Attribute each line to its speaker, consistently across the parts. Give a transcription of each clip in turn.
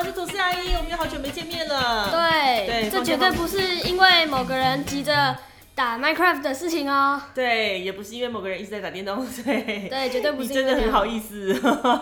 Speaker 1: 我是吐司阿姨，我们又好久没见面了。
Speaker 2: 对，这绝对不是因为某个人急着打 Minecraft 的事情哦。
Speaker 1: 对，也不是因为某个人一直在打电动，
Speaker 2: 对，绝对不是。
Speaker 1: 你真的很好意思。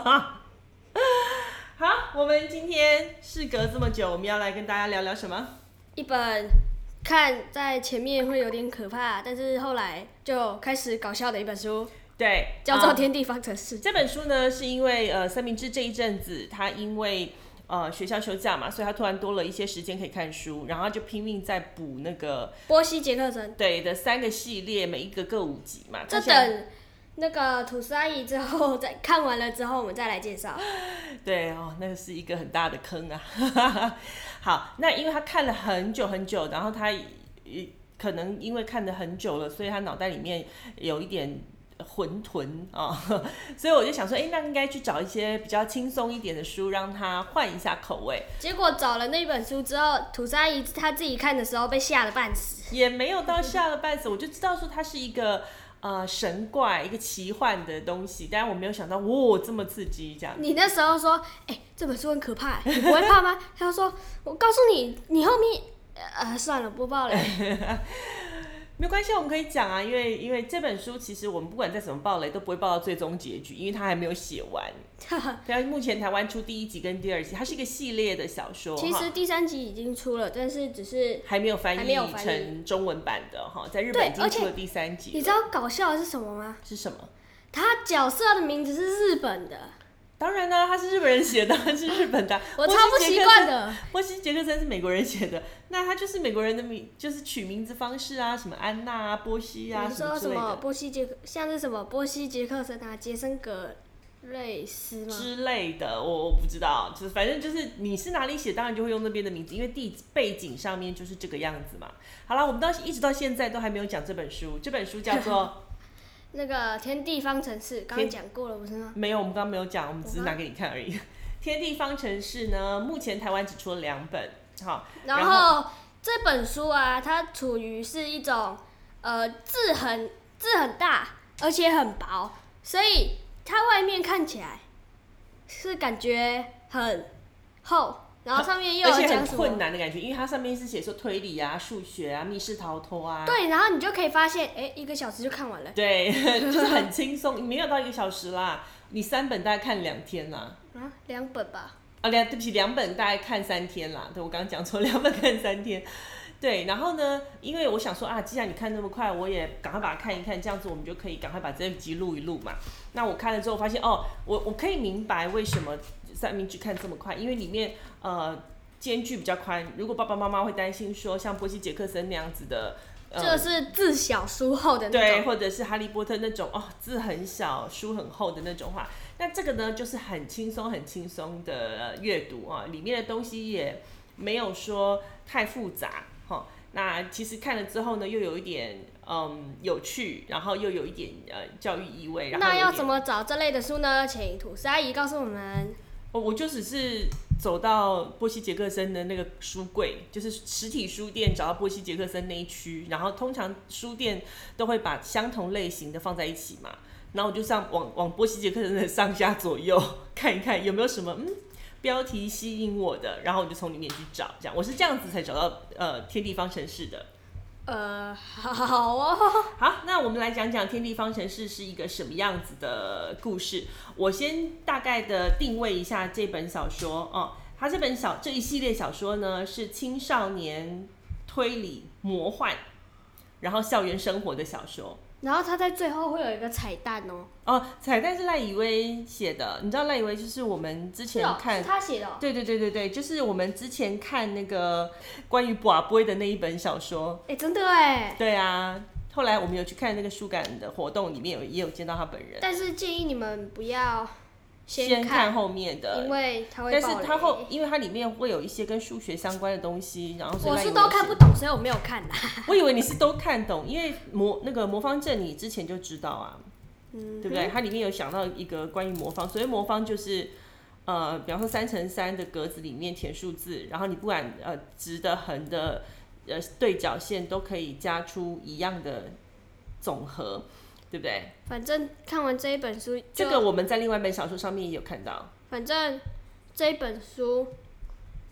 Speaker 1: 好，我们今天事隔这么久，我们要来跟大家聊聊什么？
Speaker 2: 一本看在前面会有点可怕，但是后来就开始搞笑的一本书。
Speaker 1: 对，
Speaker 2: 叫做《天地方程式》。
Speaker 1: 这本书呢，是因为三明治这一阵子，他因为学校休假嘛，所以他突然多了一些时间可以看书，然后他就拼命在补那个
Speaker 2: 波西·杰克森
Speaker 1: 对的3个系列，每一个各5集嘛。
Speaker 2: 这等那个吐司阿姨之后再看完了之后，我们再来介绍。
Speaker 1: 对哦，那是一个很大的坑啊。好，那因为他看了很久很久，然后他可能因为看了很久了，所以他脑袋里面有一点混沌啊，所以我就想说，那应该去找一些比较轻松一点的书，让他换一下口味。
Speaker 2: 结果找了那本书之后，吐司阿姨她自己看的时候被吓了半死。
Speaker 1: 也没有到吓了半死，我就知道说它是一个神怪，一个奇幻的东西，但我没有想到这么刺激这样。
Speaker 2: 你那时候说，这本书很可怕，你不会怕吗？他就说，我告诉你，你后面算了，不报了。
Speaker 1: 没关系，我们可以讲啊，因为这本书其实我们不管再怎么爆雷都不会爆到最终结局，因为它还没有写完。对，目前台湾出第1集跟第2集，它是一个系列的小说。
Speaker 2: 其实第3集已经出了，但是只是
Speaker 1: 还没有翻译成中文版的哈，在日本已经出了第3集了。
Speaker 2: 你知道搞笑的是什么吗？
Speaker 1: 是什么？
Speaker 2: 他角色的名字是日本的。
Speaker 1: 当然啦，他是日本人写的，是日本的。
Speaker 2: 我超不习惯的。
Speaker 1: 波西·杰克森是美国人写的，那他就是美国人的就是取名字方式啊，什么安娜啊、波西啊，
Speaker 2: 你说什么波西·像是什么波西·杰克森啊、杰森·葛雷斯吗
Speaker 1: 之类的，我不知道，就是反正就是你是哪里写，当然就会用那边的名字，因为背景上面就是这个样子嘛。好了，我们一直到现在都还没有讲这本书，这本书叫做。
Speaker 2: 那个天地方程式，刚刚讲过了不是吗？
Speaker 1: 没有，我们刚刚没有讲，我们只是拿给你看而已。天地方程式呢，目前台湾只出了2本，好。
Speaker 2: 然后这本书啊，它处于是一种字很大，而且很薄，所以它外面看起来是感觉很厚。然后上面又有讲什么，
Speaker 1: 而且很困难的感觉，因为它上面是写说推理啊、数学啊、密室逃脱啊。
Speaker 2: 对，然后你就可以发现，1个小时就看完了。
Speaker 1: 对，就是很轻松，没有到1个小时啦。你3本大概看2天啦。
Speaker 2: 2本吧。
Speaker 1: 对不起，2本大概看3天啦。对，我刚刚讲错，2本看3天。对，然后呢，因为我想说既然你看那么快，我也赶快把它看一看，这样子我们就可以赶快把这一集录一录嘛。那我看了之后发现，我可以明白为什么三明治看这么快，因为里面间距比较宽。如果爸爸妈妈会担心说，像波西·杰克森那样子的，
Speaker 2: 这是字小书厚的那种，
Speaker 1: 对，或者是哈利波特那种字很小书很厚的那种话，那这个呢就是很轻松的阅读啊，里面的东西也没有说太复杂。那其实看了之后呢，又有一点有趣，然后又有一点教育意味。然后
Speaker 2: 那要怎么找这类的书呢？请吐司阿姨告诉我们。
Speaker 1: 我就只是走到波西·杰克森的那个书柜，就是实体书店，找到波西·杰克森那一区，然后通常书店都会把相同类型的放在一起嘛，然后我就往波西·杰克森的上下左右看一看有没有什么标题吸引我的，然后我就从里面去找，这样我是这样子才找到天地方程式的。
Speaker 2: 好哦。
Speaker 1: 好，那我们来讲讲天地方程式是一个什么样子的故事。我先大概的定位一下这本小说它这一系列小说呢是青少年推理魔幻，然后校园生活的小说。
Speaker 2: 然后他在最后会有一个彩蛋
Speaker 1: 彩蛋是赖以威写的，你知道赖以威就是我们之前看，
Speaker 2: 是他写的
Speaker 1: 对，就是我们之前看那个关于拔杯的那一本小说。
Speaker 2: 真的哎。
Speaker 1: 对啊，后来我们有去看那个书感的活动，里面也有见到他本人。
Speaker 2: 但是建议你们不要
Speaker 1: 先看后面的，
Speaker 2: 因为它会爆雷。
Speaker 1: 但是因为它里面会有一些跟数学相关的东西，然后
Speaker 2: 我是都看不懂，所以我没有看
Speaker 1: 我以为你是都看懂，因为那个魔方阵你之前就知道啊，对不对？它里面有想到一个关于魔方，所谓魔方就是比方说3×3的格子里面填数字，然后你不管直的、横的、对角线都可以加出一样的总和。对不对？
Speaker 2: 反正看完这一本书，
Speaker 1: 这个我们在另外一本小说上面也有看到。
Speaker 2: 反正这一本书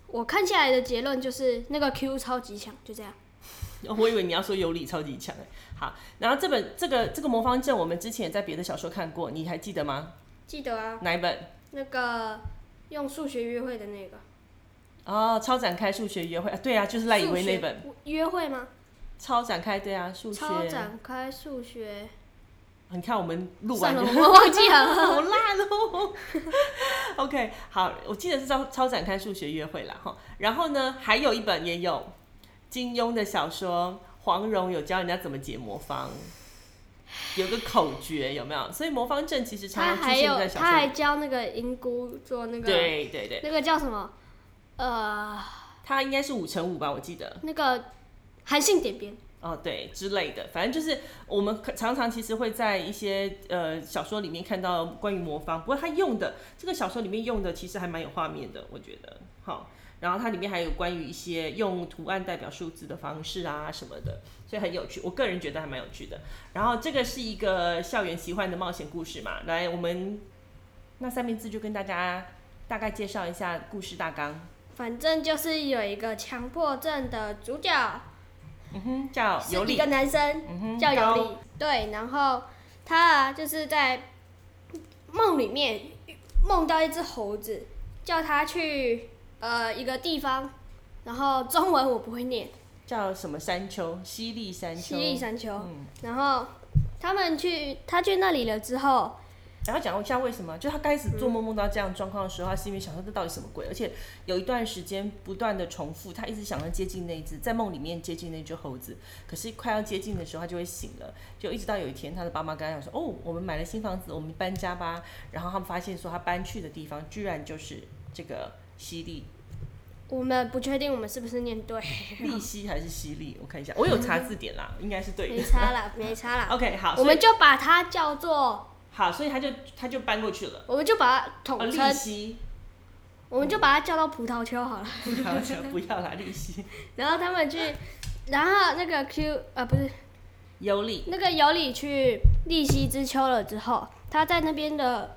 Speaker 2: 我看下来的结论就是那个 Q 超级强，就这样。
Speaker 1: 我以为你要说有理超级强。好，然后这个魔方阵我们之前也在别的小说看过，你还记得吗？
Speaker 2: 记得啊。
Speaker 1: 哪一本？
Speaker 2: 那个用数学约会的那个。
Speaker 1: 哦，超展开数学约会，对啊，就是赖以为那本。
Speaker 2: 约会吗？
Speaker 1: 超展开，对啊，数学。
Speaker 2: 超展开数学。
Speaker 1: 你看我们录完就
Speaker 2: 我忘记了，
Speaker 1: 好烂哦。OK， 好，我记得是超展开数学约会啦哈。然后呢，还有一本也有金庸的小说，黄蓉有教人家怎么解魔方，有个口诀有没有？所以魔方阵其实常常出现在小说里。
Speaker 2: 他还教那个银菇做那个，
Speaker 1: 对，
Speaker 2: 那个叫什么？
Speaker 1: 他应该是5乘5吧，我记得。
Speaker 2: 那个韩信点边。
Speaker 1: 哦，对之类的，反正就是我们常常其实会在一些小说里面看到关于魔方，不过他用的这个小说里面用的其实还蛮有画面的，我觉得好。然后它里面还有关于一些用图案代表数字的方式啊什么的，所以很有趣，我个人觉得还蛮有趣的。然后这个是一个校园奇幻的冒险故事嘛，来我们那3明治就跟大家大概介绍一下故事大纲。
Speaker 2: 反正就是有一个强迫症的主角。
Speaker 1: 叫尤里，
Speaker 2: 是一个男生，叫尤里。对，然后他就是在梦里面梦到一只猴子，叫他去一个地方，然后中文我不会念，
Speaker 1: 叫什么山丘？西丽山丘。
Speaker 2: 西丽山丘。然后他去那里了之后。
Speaker 1: 然后讲一下为什么，就他开始做梦梦到这样的状况的时候，他心里想说这到底什么鬼？而且有一段时间不断的重复，他一直想要接近那只，在梦里面接近那只猴子，可是快要接近的时候他就会醒了，就一直到有一天他的爸妈跟他讲说，哦，我们买了新房子，我们搬家吧。然后他们发现说他搬去的地方居然就是这个西丽。
Speaker 2: 我们不确定我们是不是念对，
Speaker 1: 利西还是西丽？我看一下，我有查字典啦，应该是对的。
Speaker 2: 没差啦。
Speaker 1: OK， 好，
Speaker 2: 我们就把它叫做。
Speaker 1: 好，所以他就搬过去了。
Speaker 2: 我们就把它统称。
Speaker 1: 利西。
Speaker 2: 我们就把它叫到葡萄丘好了。
Speaker 1: 葡萄丘不要啦，利西。
Speaker 2: 然后他们去，然后那个 Q 不是
Speaker 1: 尤里，
Speaker 2: 那个尤里去利西之丘了之后，他在那边的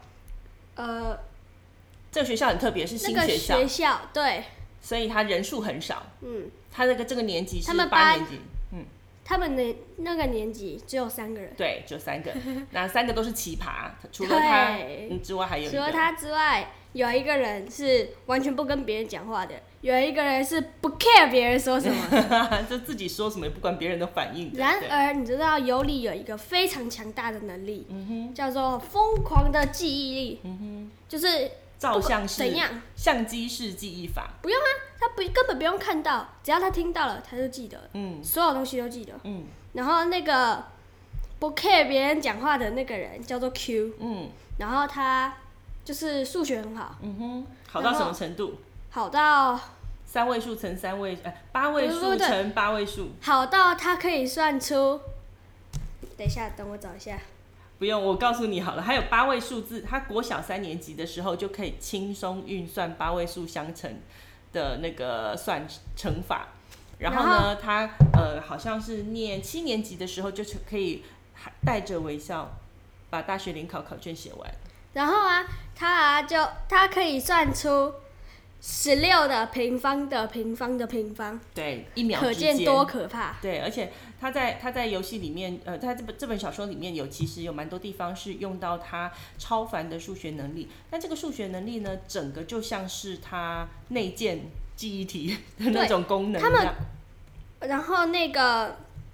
Speaker 1: 这个学校很特别，是新学校。
Speaker 2: 那个学校对。
Speaker 1: 所以他人数很少。他这个年级是8年级。
Speaker 2: 他们的那个年级只有3个人。
Speaker 1: 对，只有3个。那3个都是奇葩，除了他之外还有一个。
Speaker 2: 除了他之外，有一个人是完全不跟别人讲话的，有一个人是不 care 别人说什么，
Speaker 1: 就自己说什么也不管别人的反应。
Speaker 2: 然而，你知道尤里有一个非常强大的能力，叫做疯狂的记忆力。就是
Speaker 1: 照相式
Speaker 2: 怎样？
Speaker 1: 相机式记忆法。
Speaker 2: 不用啊，他根本不用看到，只要他听到了，他就记得。所有东西都记得。然后那个不 care 别人讲话的那个人叫做 Q。然后他就是数学很好。
Speaker 1: 好到什么程度？
Speaker 2: 好到
Speaker 1: 3位数乘3位，8位数乘8位数。
Speaker 2: 好到他可以算出。等一下，等我找一下。
Speaker 1: 不用，我告诉你好了，还有8位数字，他国小3年级的时候就可以轻松运算8位数相乘的那个乘法。然后呢，他好像是念7年级的时候就可以带着微笑把大学联考考卷写完。
Speaker 2: 然后啊，他可以算出16的平方的平方的平方。
Speaker 1: 对，1秒之间。
Speaker 2: 可见多可怕。
Speaker 1: 对，而且他在游戏里面，他这本小说里面其实有蛮多地方是用到他超凡的数学能力。但这个数学能力呢，整个就像是他内建记忆体的那种功能一样。
Speaker 2: 然后那个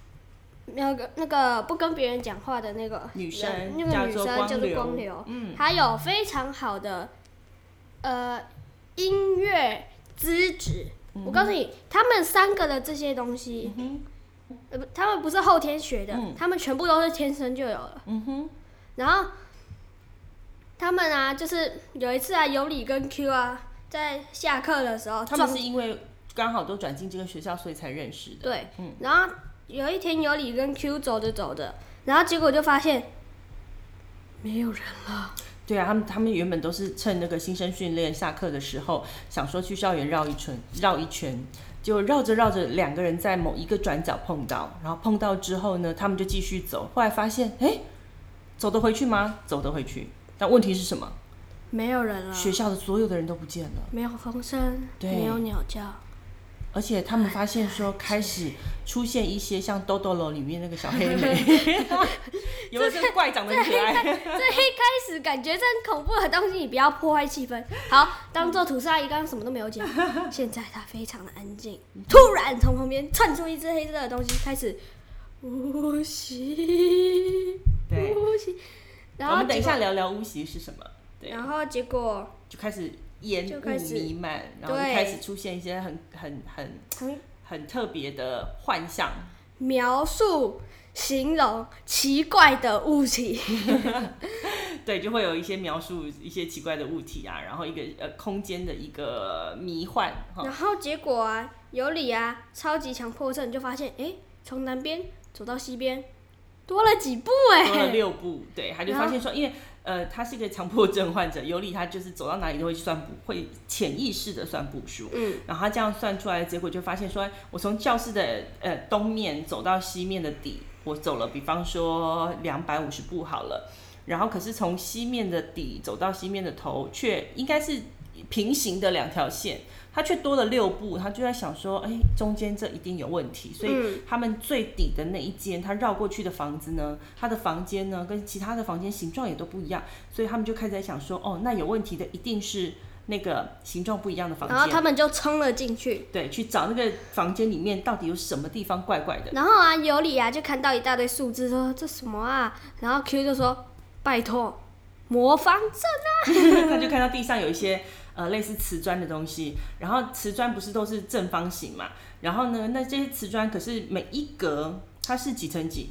Speaker 2: 不跟别人讲话的那个
Speaker 1: 女生，
Speaker 2: 那个女生叫做光流，她有非常好的音乐资质。我告诉你，他们3个的这些东西，他们不是后天学的，他们全部都是天生就有了。然后他们啊，就是有一次啊，尤里跟 Q 啊，在下课的时候，
Speaker 1: 他们是因为刚好都转进这个学校，所以才认识的。
Speaker 2: 对，然后有一天尤里跟 Q 走着走着，然后结果就发现没有人了。
Speaker 1: 对啊，他们原本都是趁那个新生训练下课的时候，想说去校园绕一圈，就绕着2个人在某一个转角碰到，然后碰到之后呢，他们就继续走，后来发现，走得回去吗？走得回去，但问题是什么？
Speaker 2: 没有人了，
Speaker 1: 学校的所有的人都不见了，
Speaker 2: 没有风声，
Speaker 1: 对
Speaker 2: 没有鸟叫，
Speaker 1: 而且他们发现说开始出现一些像《豆豆楼》里面那个小黑莓，有没有这个怪长得很可爱？
Speaker 2: 这一开始感觉是很恐怖的东西，你不要破坏气氛。好，当做吐司阿姨刚刚什么都没有讲，现在她非常的安静。突然从旁边窜出一只黑色的东西，开始呼吸，
Speaker 1: 对，
Speaker 2: 呼吸。然后
Speaker 1: 我们等一下聊聊巫习是什么。对，
Speaker 2: 然后结果
Speaker 1: 就开始烟雾弥漫，然后就开始出现一些很特别的幻象，
Speaker 2: 描述、形容奇怪的物体。
Speaker 1: 对，就会有一些描述一些奇怪的物体啊，然后一个空间的一个迷幻。
Speaker 2: 然后结果啊，尤里啊，超级强迫症就发现，从南边走到西边多了几步
Speaker 1: 多了6步。对，他就发现说，因为他是一个强迫症患者，尤里他就是走到哪里都会算步，会潜意识的算步数。然后他这样算出来的结果就发现说，我从教室的东面走到西面的底，我走了比方说250步好了，然后可是从西面的底走到西面的头，却应该是平行的2条线。他却多了6步，他就在想说，中间这一定有问题，所以他们最底的那一间，他绕过去的房子呢，他的房间呢，跟其他的房间形状也都不一样，所以他们就开始在想说，那有问题的一定是那个形状不一样的房间。
Speaker 2: 然后他们就冲了进去，
Speaker 1: 对，去找那个房间里面到底有什么地方怪怪的。
Speaker 2: 然后啊，尤里啊就看到一大堆数字，说这什么啊？然后 Q 就说，拜托，魔方阵啊！
Speaker 1: 他就看到地上有一些类似瓷砖的东西，然后瓷砖不是都是正方形嘛？然后呢，那这些瓷砖可是每一格它是几乘几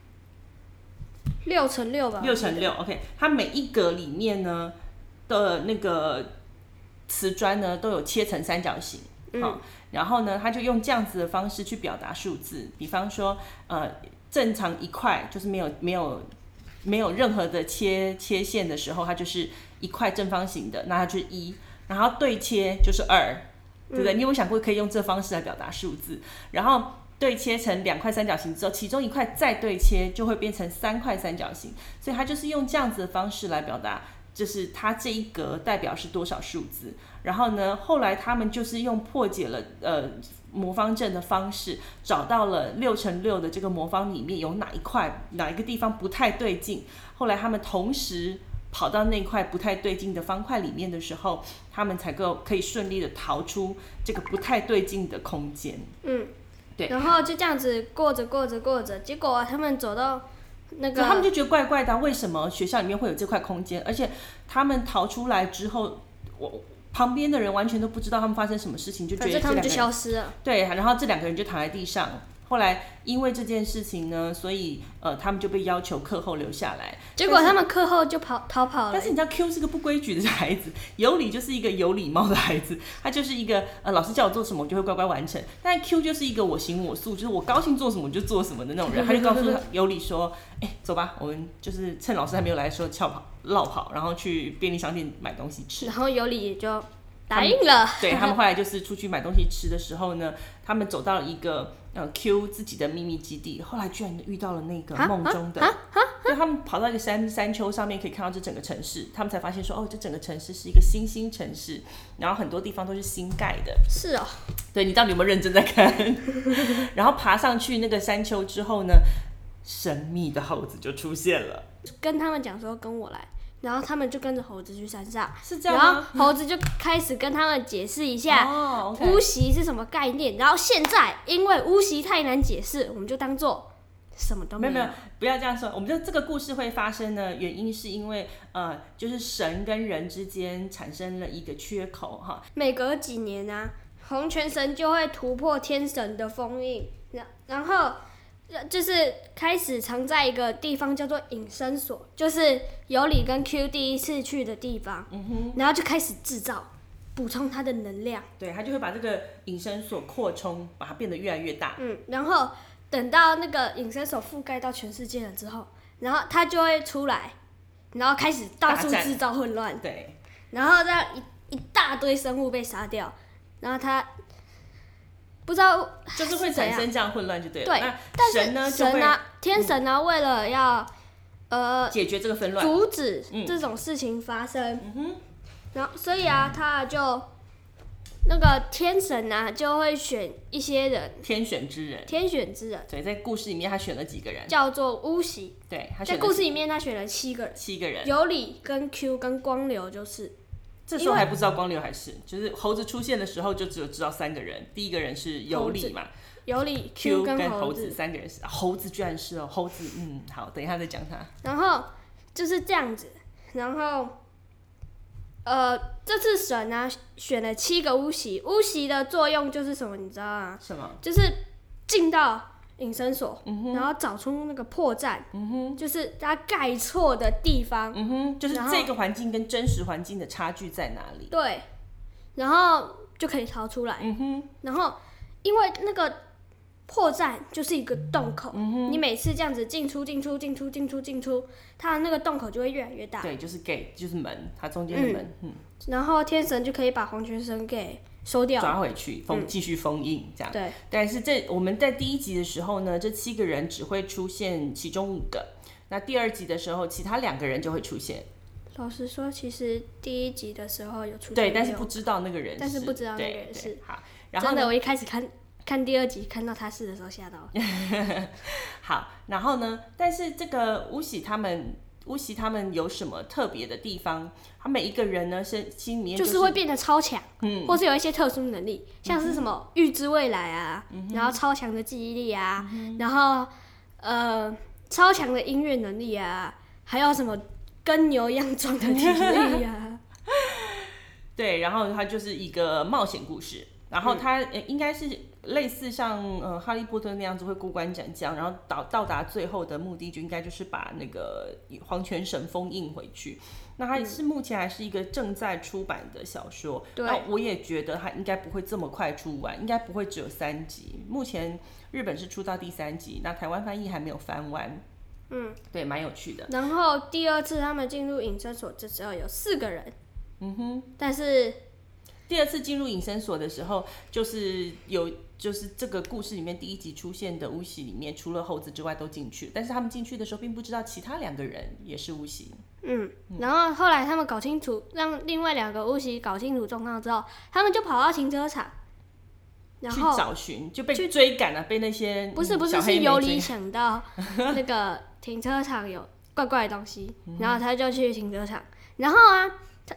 Speaker 2: ？6×6吧。
Speaker 1: 6×6 ，OK。它每一格里面呢的那个瓷砖呢都有切成三角形，然后呢，他就用这样子的方式去表达数字，比方说正常一块就是没有任何的切线的时候，它就是一块正方形的，那它就是1。然后对切就是2，对不对？你有没有想过可以用这方式来表达数字？然后对切成2块三角形之后，其中一块再对切就会变成3块三角形，所以它就是用这样子的方式来表达，就是它这一格代表是多少数字。然后呢，后来他们就是用破解了魔方阵的方式，找到了6×6的这个魔方里面有哪一个地方不太对劲。后来他们同时跑到那块不太对劲的方块里面的时候，他们才可以顺利的逃出这个不太对劲的空间。对。
Speaker 2: 然后就这样子过着，结果他们走到那个，
Speaker 1: 他们就觉得怪怪的，为什么学校里面会有这块空间？而且他们逃出来之后，旁边的人完全都不知道他们发生什么事情，就觉得这
Speaker 2: 他们就消失了。
Speaker 1: 对，然后这2个人就躺在地上。后来因为这件事情呢，所以他们就被要求课后留下来。
Speaker 2: 结果他们课后就逃跑了。
Speaker 1: 但是你知道 Q 是个不规矩的孩子，尤里就是一个有礼貌的孩子，他就是一个老师叫我做什么我就会乖乖完成。但 Q 就是一个我行我素，就是我高兴做什么我就做什么的那种人。他就告诉尤里说：“走吧，我们就是趁老师还没有来的时候绕跑，然后去便利商店买东西吃。”
Speaker 2: 然后尤里也就答应了。
Speaker 1: 对，他们后来就是出去买东西吃的时候呢，他们走到了一个Q 自己的秘密基地，后来居然遇到了那个梦中的，所以他们跑到一个山丘上面，可以看到这整个城市，他们才发现说，这整个城市是一个新兴城市，然后很多地方都是新盖的。
Speaker 2: 是哦。
Speaker 1: 对，你到底有没有认真在看？然后爬上去那个山丘之后呢，神秘的猴子就出现了，
Speaker 2: 跟他们讲说跟我来。然后他们就跟着猴子去山上，
Speaker 1: 是这样吗？
Speaker 2: 然后猴子就开始跟他们解释一下巫习是什么概念。然后现在因为巫习太难解释，我们就当做什么都没有。
Speaker 1: 没有，不要这样说。我们这个故事会发生的原因是因为就是神跟人之间产生了一个缺口哈。
Speaker 2: 每隔几年啊，红泉神就会突破天神的封印，然后就是开始藏在一个地方叫做隐身所，就是尤里跟 Q 第一次去的地方。然后就开始制造补充它的能量。
Speaker 1: 对，他就会把这个隐身所扩充，把它变得越来越大。
Speaker 2: 然后等到那个隐身所覆盖到全世界了之后，然后他就会出来，然后开始到处制造混乱。
Speaker 1: 对，
Speaker 2: 然后这样一大堆生物被杀掉，然后他不知道
Speaker 1: 就是会产生这样混乱就对了。
Speaker 2: 对，但是神啊，天神啊，为了要解
Speaker 1: 决这个纷乱，
Speaker 2: 阻止这种事情发生， 然后所以啊，他就那个天神啊，就会选一些人，
Speaker 1: 天选之人。
Speaker 2: 对，
Speaker 1: 在故事里面他选了几个人？
Speaker 2: 叫做巫喜。
Speaker 1: 对，
Speaker 2: 在故事里面他选了7个人。
Speaker 1: 7个人。
Speaker 2: 有理跟 Q 跟光流就是。
Speaker 1: 这时候还不知道光流就是猴子出现的时候就只有知道3个人，第一个人是有理嘛。
Speaker 2: 有理
Speaker 1: Q
Speaker 2: 跟
Speaker 1: 猴子3个人是猴子，居然是猴子，好，等一下再讲他。
Speaker 2: 然后就是这样子，然后这次神啊选了7个巫习，巫习的作用就是什么，你知道吗？
Speaker 1: 什么？
Speaker 2: 就是进到隐身所，然后找出那个破绽，就是他盖错的地方，
Speaker 1: 就是这个环境跟真实环境的差距在哪里？
Speaker 2: 对，然后就可以逃出来，然后因为那个破绽就是一个洞口，你每次这样子进出，它的那个洞口就会越来越大。
Speaker 1: 对，就是 gate， 就是门，它中间的门。
Speaker 2: 然后天神就可以把黄泉神给收掉，
Speaker 1: 抓回去，继续封印这样。
Speaker 2: 对。
Speaker 1: 但是我们在第1集的时候呢，这7个人只会出现其中5个，那第2集的时候，其他2个人就会出现。
Speaker 2: 老实说，其实第1集的时候有出现，
Speaker 1: 对，但是不知道那个人是，
Speaker 2: 但是不知道那个人是。
Speaker 1: 好，然后
Speaker 2: 真的，我一开始看第2集看到他是的时候吓到了。
Speaker 1: 好，然后呢？但是这个巫喜他们有什么特别的地方？他每一个人呢，心里面
Speaker 2: 就是会变得超强，或是有一些特殊能力，像是什么预知未来啊，然后超强的记忆力啊，然后超强的音乐能力啊，还有什么跟牛一样壮的体力啊。
Speaker 1: 对，然后它就是一个冒险故事。然后它应该是类似像哈利波特那样子会过关斩将，然后到达最后的目的就应该就是把那个黄泉神封印回去。那它是目前还是一个正在出版的小说，那我也觉得它应该不会这么快出完，应该不会只有3集。目前日本是出到第3集，那台湾翻译还没有翻完。对，蛮有趣的。
Speaker 2: 然后第2次他们进入隐身所，这时候有4个人，但是
Speaker 1: 第2次进入隐身所的时候，就是这个故事里面第1集出现的巫喜里面，除了猴子之外都进去，但是他们进去的时候并不知道其他2个人也是巫喜。
Speaker 2: 然后后来他们搞清楚，让另外2个巫喜搞清楚状况之后，他们就跑到停车场，然后
Speaker 1: 去找寻，就被追赶了，被那些
Speaker 2: 不是是有理想到那个停车场有怪怪的东西，然后他就去停车场，然后啊。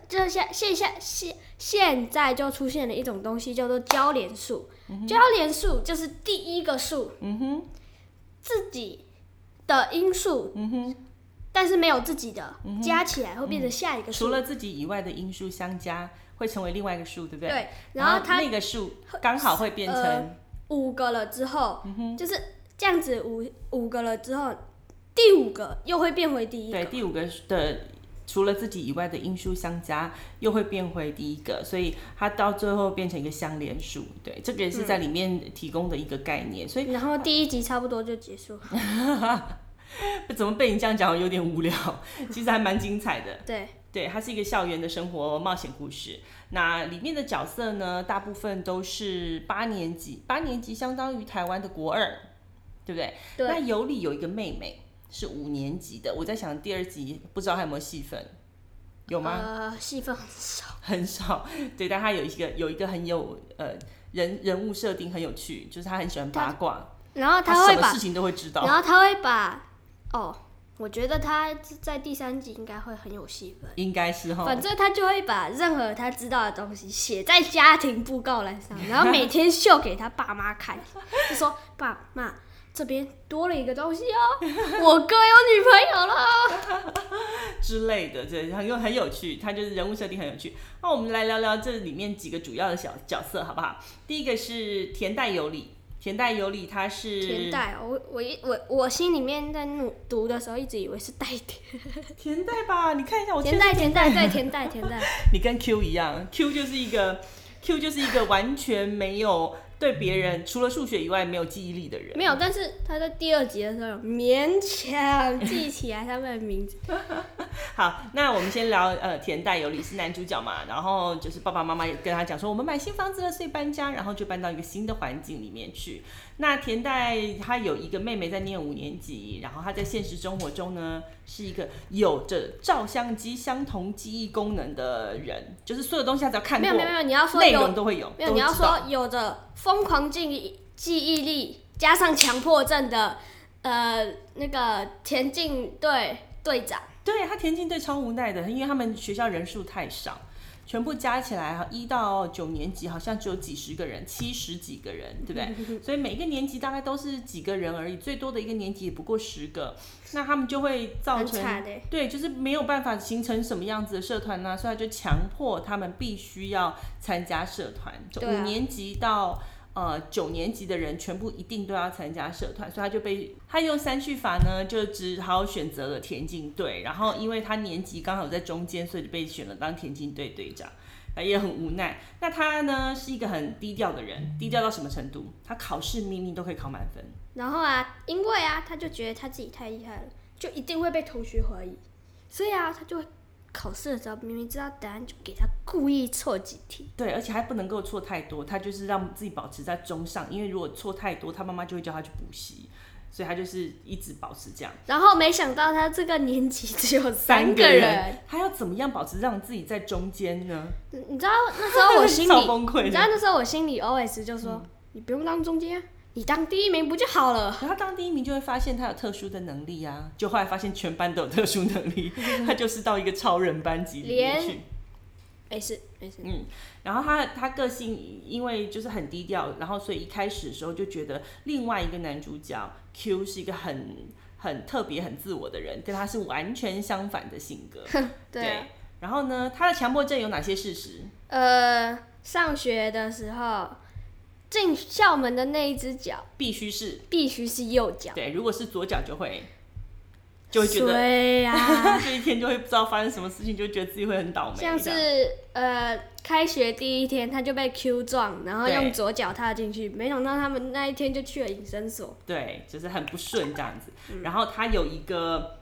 Speaker 2: 现在就出现了一种东西，叫做交联数。交联数就是第1个数，自己的因数，但是没有自己的，加起来会变成下一个数。
Speaker 1: 除了自己以外的因数相加，会成为另外一个数，对不对？
Speaker 2: 对。
Speaker 1: 然后那个数刚好会变成
Speaker 2: 5个了之后，就是这样子五个了之后，第5个又会变回第1个。
Speaker 1: 对，第5个的。除了自己以外的因数相加，又会变回第1个，所以它到最后变成一个相连数。对，这个也是在里面提供的一个概念。所以，
Speaker 2: 然后第1集差不多就结束了。
Speaker 1: 怎么被你这样讲有点无聊？其实还蛮精彩的。
Speaker 2: 对，
Speaker 1: 它是一个校园的生活冒险故事。那里面的角色呢，大部分都是8年级，8年级相当于台湾的国2，对不对？
Speaker 2: 对。
Speaker 1: 那有里有一个妹妹。是5年级的，我在想第2集不知道还有没有戏份，有吗？
Speaker 2: 戏份
Speaker 1: 很少，对，但他有一个很有人物设定很有趣，就是他很喜欢八卦，
Speaker 2: 然后他会把
Speaker 1: 什么事情都会知道，
Speaker 2: 然后他会把我觉得他在第3集应该会很有戏份，
Speaker 1: 应该是齁。
Speaker 2: 反正他就会把任何他知道的东西写在家庭布告栏上，然后每天秀给他爸妈看，就说爸妈。这边多了一个东西哦，我哥有女朋友了
Speaker 1: 之类的，对，很有趣，他就是人物设定很有趣。那我们来聊聊这里面几个主要的小角色，好不好？第一个是田代有里，他是
Speaker 2: 田代，我心里面在读的时候一直以为是代
Speaker 1: 田代吧？你看一下我
Speaker 2: 田代，对，田代，
Speaker 1: 你跟 Q 一样 ，Q 就是一个完全没有对别人除了数学以外没有记忆力的人。
Speaker 2: 没有，但是他在第2集的时候勉强记起来他们的名字。
Speaker 1: 好，那我们先聊田代有里是男主角嘛，然后就是爸爸妈妈也跟他讲说我们买新房子了，所以搬家，然后就搬到一个新的环境里面去。那田代他有一个妹妹在念5年级，然后他在现实生活中呢是一个有着照相机相同记忆功能的人，就是所有东西他只要看过，
Speaker 2: 没有，你要说
Speaker 1: 内容都会有，
Speaker 2: 没有，你要说有着疯狂记忆力加上强迫症的那个田径队队长。
Speaker 1: 对，他田径队超无奈的，因为他们学校人数太少，全部加起来1到9年级好像只有几十个人，70几个人，对不对？所以每个年级大概都是几个人而已，最多的一个年级也不过10个，那他们就会造成对，就是没有办法形成什么样子的社团呢，所以他就强迫他们必须要参加社团，就5年级到9年级的人全部一定都要参加社团，所以他用3序法呢，就只好选择了田径队。然后因为他年级刚好在中间，所以就被选了当田径队队长，也很无奈。那他呢是一个很低调的人，低调到什么程度？他考试明明都可以考满分，
Speaker 2: 然后因为他就觉得他自己太厉害了，就一定会被同学怀疑，所以他就会考试的时候明明知道答案，就给他故意错几题。
Speaker 1: 对，而且还不能够错太多，他就是让自己保持在中上，因为如果错太多，他妈妈就会叫他去补习，所以他就是一直保持这样。
Speaker 2: 然后没想到他这个年级只有3个人，
Speaker 1: 他要怎么样保持让自己在中间呢？
Speaker 2: 你知道那时候我心里
Speaker 1: 超崩溃。
Speaker 2: 你知道那时候我心里 OS 就说，你不用当中间，你当第1名不就好了？
Speaker 1: 然后当第1名就会发现他有特殊的能力啊，就后来发现全班都有特殊能力，他就是到一个超人班级里面去。
Speaker 2: 没事。
Speaker 1: 然后他个性因为就是很低调，然后所以一开始的时候就觉得另外一个男主角 Q 是一个很特别、很自我的人，跟他是完全相反的性格。对。然后呢，他的强迫症有哪些事实？
Speaker 2: 上学的时候，进校门的那一只脚
Speaker 1: 必须是
Speaker 2: 右脚。
Speaker 1: 对，如果是左脚就会觉得，这一天就会不知道发生什么事情，就会觉得自己会很倒霉。
Speaker 2: 像是开学第1天他就被 Q 撞，然后用左脚踏进去，没想到他们那一天就去了隐身所。
Speaker 1: 对，就是很不顺这样子。然后他有一个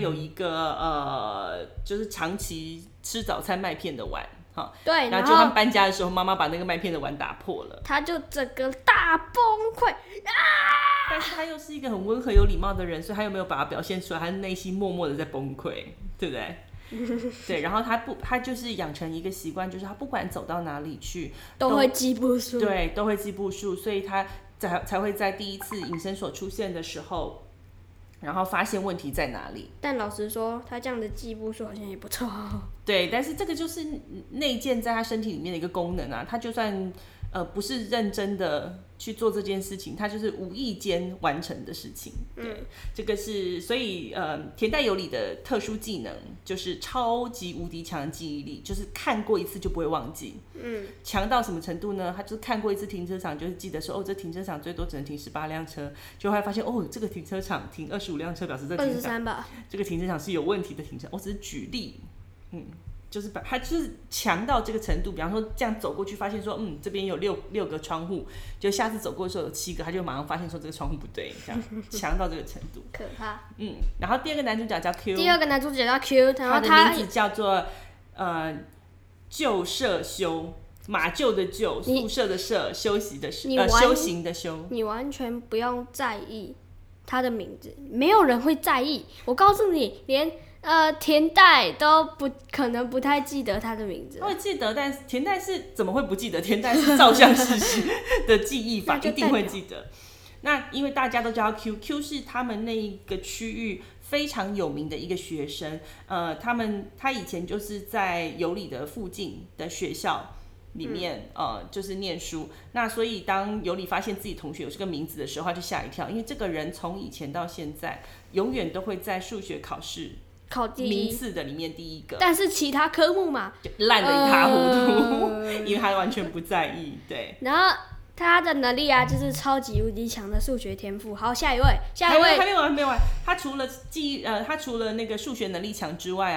Speaker 1: 就是长期吃早餐麦片的碗。
Speaker 2: 对，
Speaker 1: 然后就他搬家的时候，妈妈把那个麦片的碗打破了，
Speaker 2: 他就整个大崩溃
Speaker 1: 但是他又是一个很温和有礼貌的人，所以他又没有把它表现出来，他内心默默的在崩溃，对不对？对，然后他就是养成一个习惯，就是他不管走到哪里去
Speaker 2: 都会记步数，
Speaker 1: 对，都会记步数，所以他才会在第一次隐身所出现的时候，然后发现问题在哪里。
Speaker 2: 但老实说，他这样的记步数好像也不错。
Speaker 1: 对，但是这个就是内建在他身体里面的一个功能啊，他就算不是认真的去做这件事情，他就是无意间完成的事情。对，这个是所以田代有里的特殊技能就是超级无敌强的记忆力，就是看过一次就不会忘记。强到什么程度呢？他就是看过一次停车场，就是记得说这停车场最多只能停18辆车，就会发现这个停车场停25辆车，表示这个停车场
Speaker 2: 23吧，
Speaker 1: 这个停车场是有问题的停车。我只是举例。就是他就是强到这个程度，比方说这样走过去，发现说，这边有六个窗户，就下次走过的时候有7个，他就马上发现说这个窗户不对，这样强到这个程度，
Speaker 2: 可怕。
Speaker 1: 然后第二个男主角叫 Q，
Speaker 2: 第二个男主角叫 Q， 然后
Speaker 1: 他的名字叫做旧社修，马厩的厩，宿舍的舍，休息的修行的修。
Speaker 2: 你完全不用在意他的名字，没有人会在意。我告诉你，连田代都可能不太记得他的名字。
Speaker 1: 他会记得，但是田代是怎么会不记得？田代是照相事实的记忆法，一定会记得。那因为大家都叫他 Q 是他们那一个区域非常有名的一个学生。他以前就是在有里的附近的学校里面就是念书。那所以当有里发现自己同学有这个名字的时候，他就吓一跳，因为这个人从以前到现在永远都会在数学考试
Speaker 2: 考第一
Speaker 1: 名次的里面第一个，
Speaker 2: 但是其他科目嘛
Speaker 1: 烂得一塌糊涂，因为他完全不在意。对，
Speaker 2: 然后他的能力就是超级无敌强的数学天赋。好，下一位
Speaker 1: 还没完。他除了那个数学能力强之外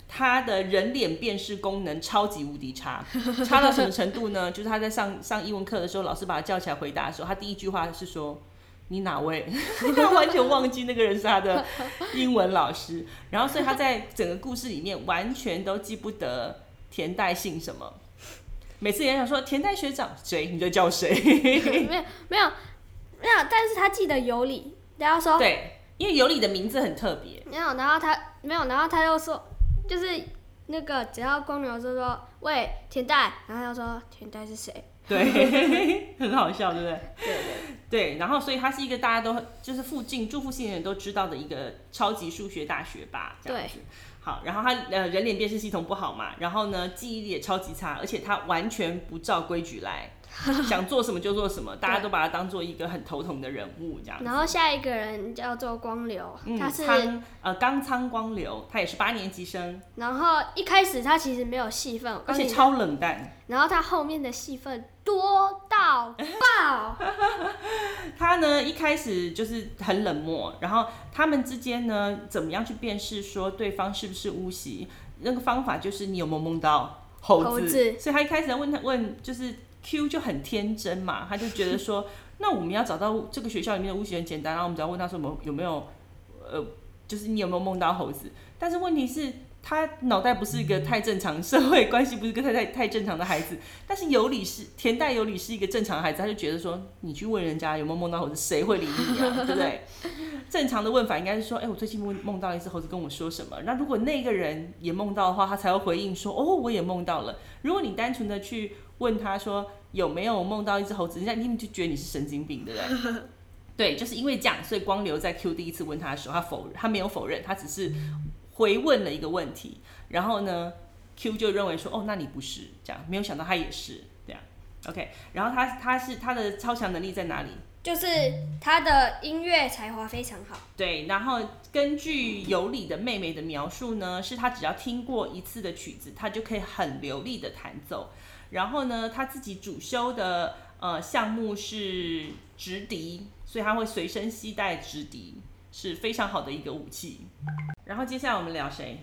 Speaker 1: 他的人脸辨识功能超级无敌差，差到什么程度呢？就是他在上英文课的时候，老师把他叫起来回答的时候，他第一句话是说：“你哪位？”他完全忘记那个人是他的英文老师，然后所以他在整个故事里面完全都记不得田代姓什么。每次也想说田代学长谁，你在叫谁？
Speaker 2: 没有，但是他记得有理，然后说
Speaker 1: 对，因为有理的名字很特别。
Speaker 2: 然后他又说，就是那个只要光流说喂田代，然后他又说田代是谁？
Speaker 1: 对，很好笑，对不对？
Speaker 2: 对。
Speaker 1: 对，然后所以他是一个大家都就是住附近的人都知道的一个超级数学大学霸，这样子。好，然后他人脸辨识系统不好嘛，然后呢记忆力也超级差，而且他完全不照规矩来，想做什么就做什么，大家都把他当做一个很头痛的人物这样子。
Speaker 2: 然后下一个人叫做光流，他是
Speaker 1: 冈仓光流，他也是8年级生。
Speaker 2: 然后一开始他其实没有戏份，
Speaker 1: 而且超冷淡。
Speaker 2: 然后他后面的戏份多到爆。
Speaker 1: 他呢一开始就是很冷漠，然后他们之间呢怎么样去辨识说对方是不是巫习？那个方法就是你有没有梦到猴子？所以他一开始问就是 Q 就很天真嘛，他就觉得说，那我们要找到这个学校里面的巫习很简单，然后我们只要问他说有没有就是你有没有梦到猴子？但是问题是，他脑袋不是一个太正常，社会关系不是一个太正常的孩子。但是田代有理是一个正常的孩子，他就觉得说，你去问人家有没有梦到猴子，谁会理你啊？对不对？正常的问法应该是说，我最近梦到一只猴子跟我说什么？那如果那个人也梦到的话，他才会回应说，我也梦到了。如果你单纯的去问他说有没有梦到一只猴子，人家一定就觉得你是神经病，对不对？对，就是因为这样，所以光流在 Q 第一次问他的时候，他没有否认，他只是回问了一个问题，然后呢 ，Q 就认为说，那你不是这样，没有想到他也是这样 ，OK， 然后他的超强能力在哪里？
Speaker 2: 就是他的音乐才华非常好。
Speaker 1: 对，然后根据有理的妹妹的描述呢，是他只要听过一次的曲子，他就可以很流利的弹奏。然后呢，他自己主修的项目是直笛，所以他会随身携带直笛，是非常好的一个武器。然后接下来我们聊谁？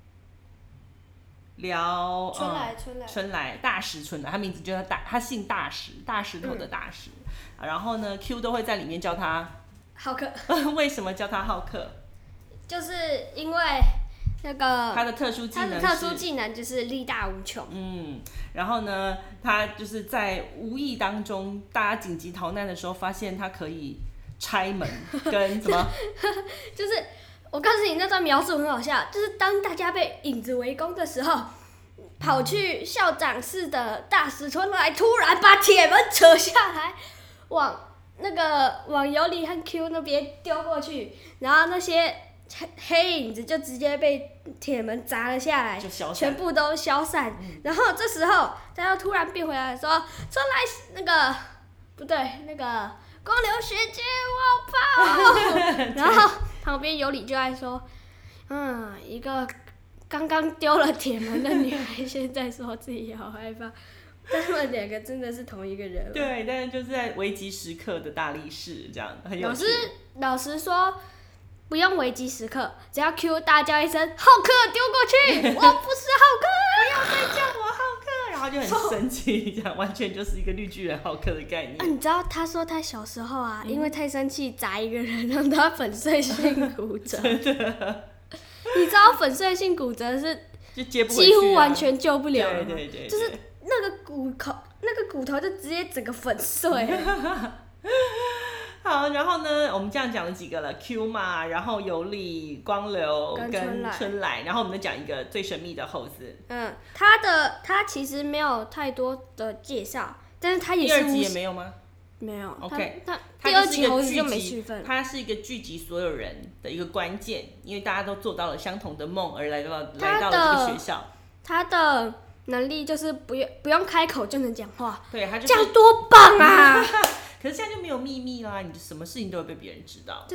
Speaker 1: 聊春来大石春来，他名字就叫他姓大石，大石头的大石。然后呢 ，Q 都会在里面叫他
Speaker 2: 浩克。
Speaker 1: 为什么叫他浩克？
Speaker 2: 就是因为那个
Speaker 1: 他的特殊技能
Speaker 2: 就是力大无穷。
Speaker 1: 然后呢，他就是在无意当中，大家紧急逃难的时候，发现他可以拆门跟什么？
Speaker 2: 就是我告诉你，那段描述很好笑，就是当大家被影子围攻的时候，跑去校长室的大石春来突然把铁门扯下来，往有理和 Q 那边丢过去，然后那些黑影子就直接被铁门砸了下来，全部都消散。然后这时候他又突然变回来说：“春来那个光流学姐，我跑！”然后旁边有理就在说：“一个刚刚丢了铁门的女孩，现在说自己好害怕。”他们两个真的是同一个人。
Speaker 1: 对，但是就是在危急时刻的大力士，这样很有趣。
Speaker 2: 老师说，不用危机时刻，只要 Q 大叫一声“浩克”丢过去，我不是浩克，
Speaker 1: 不要再叫我浩克，然后就很生气，这样完全就是一个绿巨人浩克的概念。
Speaker 2: 你知道他说他小时候因为太生气砸一个人，让他粉碎性骨折。真的？你知道粉碎性骨折是
Speaker 1: 就接不回去
Speaker 2: 几乎完全救不了了，
Speaker 1: 对，
Speaker 2: 就是那个骨头就直接整个粉碎了。
Speaker 1: 好，然后呢，我们这样讲了几个了 ，Q 嘛，然后有理、光流跟春来，然后我们再讲一个最神秘的猴子。
Speaker 2: 他其实没有太多的介绍，但是他也是
Speaker 1: 第二集也没有吗？
Speaker 2: 没有。
Speaker 1: OK，
Speaker 2: 他第二集猴子就没戏份。
Speaker 1: 他是一个聚集所有人的一个关键，因为大家都做到了相同的梦，而来到了这个学校。
Speaker 2: 他的能力就是不用开口就能讲话，
Speaker 1: 对，他就是
Speaker 2: 这样多棒啊！
Speaker 1: 可是这样就没有秘密啦，你什么事情都会被别人知道。
Speaker 2: 就是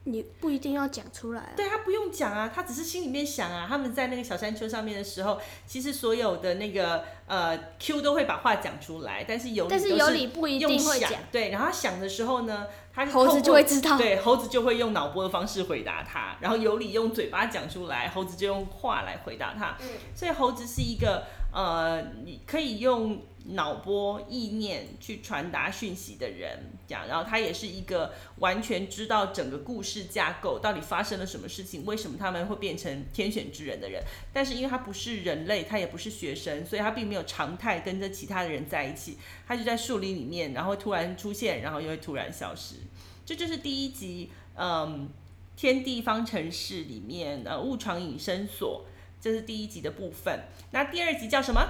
Speaker 2: 你不一定要讲出来啊。
Speaker 1: 对，他不用讲啊，他只是心里面想啊。他们在那个小山丘上面的时候，其实所有的那个Q 都会把话讲出来，但是尤里
Speaker 2: 不一定会讲。
Speaker 1: 对，然后他想的时候呢，
Speaker 2: 猴子就会知道。
Speaker 1: 对，猴子就会用脑波的方式回答他，然后尤里用嘴巴讲出来，猴子就用话来回答他。所以猴子是一个你可以用脑波意念去传达讯息的人，这样，然后他也是一个完全知道整个故事架构到底发生了什么事情，为什么他们会变成天选之人的人。但是因为他不是人类，他也不是学生，所以他并没有常态跟着其他的人在一起，他就在树林里面，然后突然出现，然后又会突然消失。这就是第一集天地方程式里面误闯隐身所，这是第一集的部分。那第二集叫什么？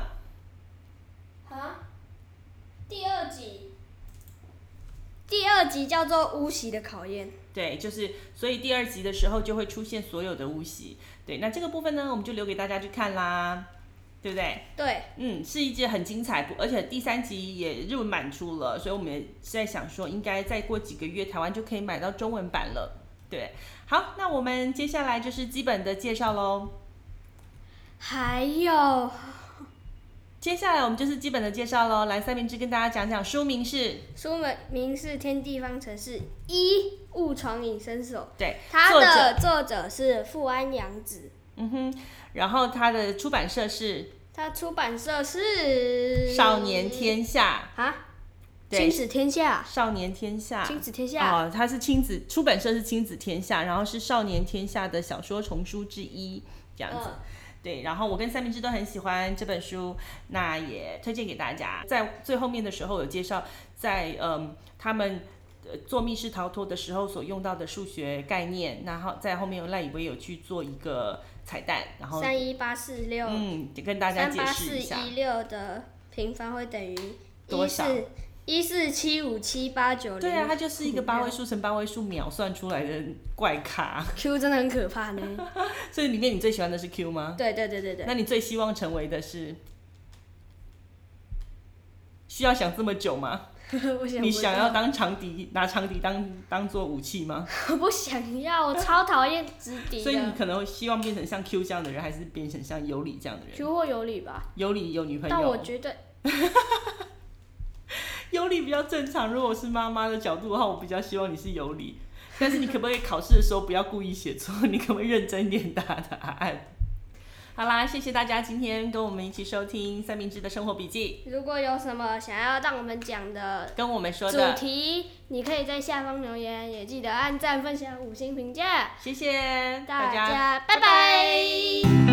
Speaker 2: 第二集叫做巫习的考验。
Speaker 1: 对，就是所以第二集的时候就会出现所有的巫习。对，那这个部分呢，我们就留给大家去看啦，对不对？
Speaker 2: 对，
Speaker 1: 是一集很精彩，而且第三集也日文版出了，所以我们也是在想说，应该再过几个月，台湾就可以买到中文版了。对，好，那我们接下来就是基本的介绍咯。
Speaker 2: 还有。
Speaker 1: 接下来我们就是基本的介绍咯。来，三明治跟大家讲讲书名是
Speaker 2: 《天地方程式1误闯隐身所》。
Speaker 1: 对，
Speaker 2: 它的作者是富安洋子。
Speaker 1: 然后它的出版社是？
Speaker 2: 它出版社是
Speaker 1: 少年天下
Speaker 2: 啊，亲子天下，
Speaker 1: 少年天下，
Speaker 2: 亲子天下
Speaker 1: 它是出版社是亲子天下，然后是少年天下的小说丛书之一，这样子。对，然后我跟三明治都很喜欢这本书，那也推荐给大家。在最后面的时候有介绍，在他们做密室逃脱的时候所用到的数学概念，然后在后面赖以为有去做一个彩蛋，然后
Speaker 2: 31846，
Speaker 1: 跟大家解释一下
Speaker 2: 38416的平方会等于
Speaker 1: 多少
Speaker 2: ？1475789。
Speaker 1: 对啊，它就是一个8位数乘8位数秒算出来的怪咖。
Speaker 2: Q 真的很可怕呢。
Speaker 1: 所以里面你最喜欢的是 Q 吗？
Speaker 2: 对。
Speaker 1: 那你最希望成为的是？需要想这么久吗？你想要当长笛，拿长笛当做武器吗？
Speaker 2: 我不想要，我超讨厌直笛的。
Speaker 1: 所以你可能会希望变成像 Q 这样的人，还是变成像尤里这样的人
Speaker 2: ？Q 或尤里吧。
Speaker 1: 尤里有女朋友。
Speaker 2: 但我觉得
Speaker 1: 尤里比较正常。如果我是妈妈的角度的话，我比较希望你是尤里。但是你可不可以考试的时候不要故意写错？你可不可以认真一点答答案？好啦，谢谢大家今天跟我们一起收听三明治的生活笔记。
Speaker 2: 如果有什么想要让我们讲的、
Speaker 1: 跟我们说的
Speaker 2: 主题，你可以在下方留言，也记得按赞、分享、5星评价。
Speaker 1: 谢谢
Speaker 2: 大家，拜拜。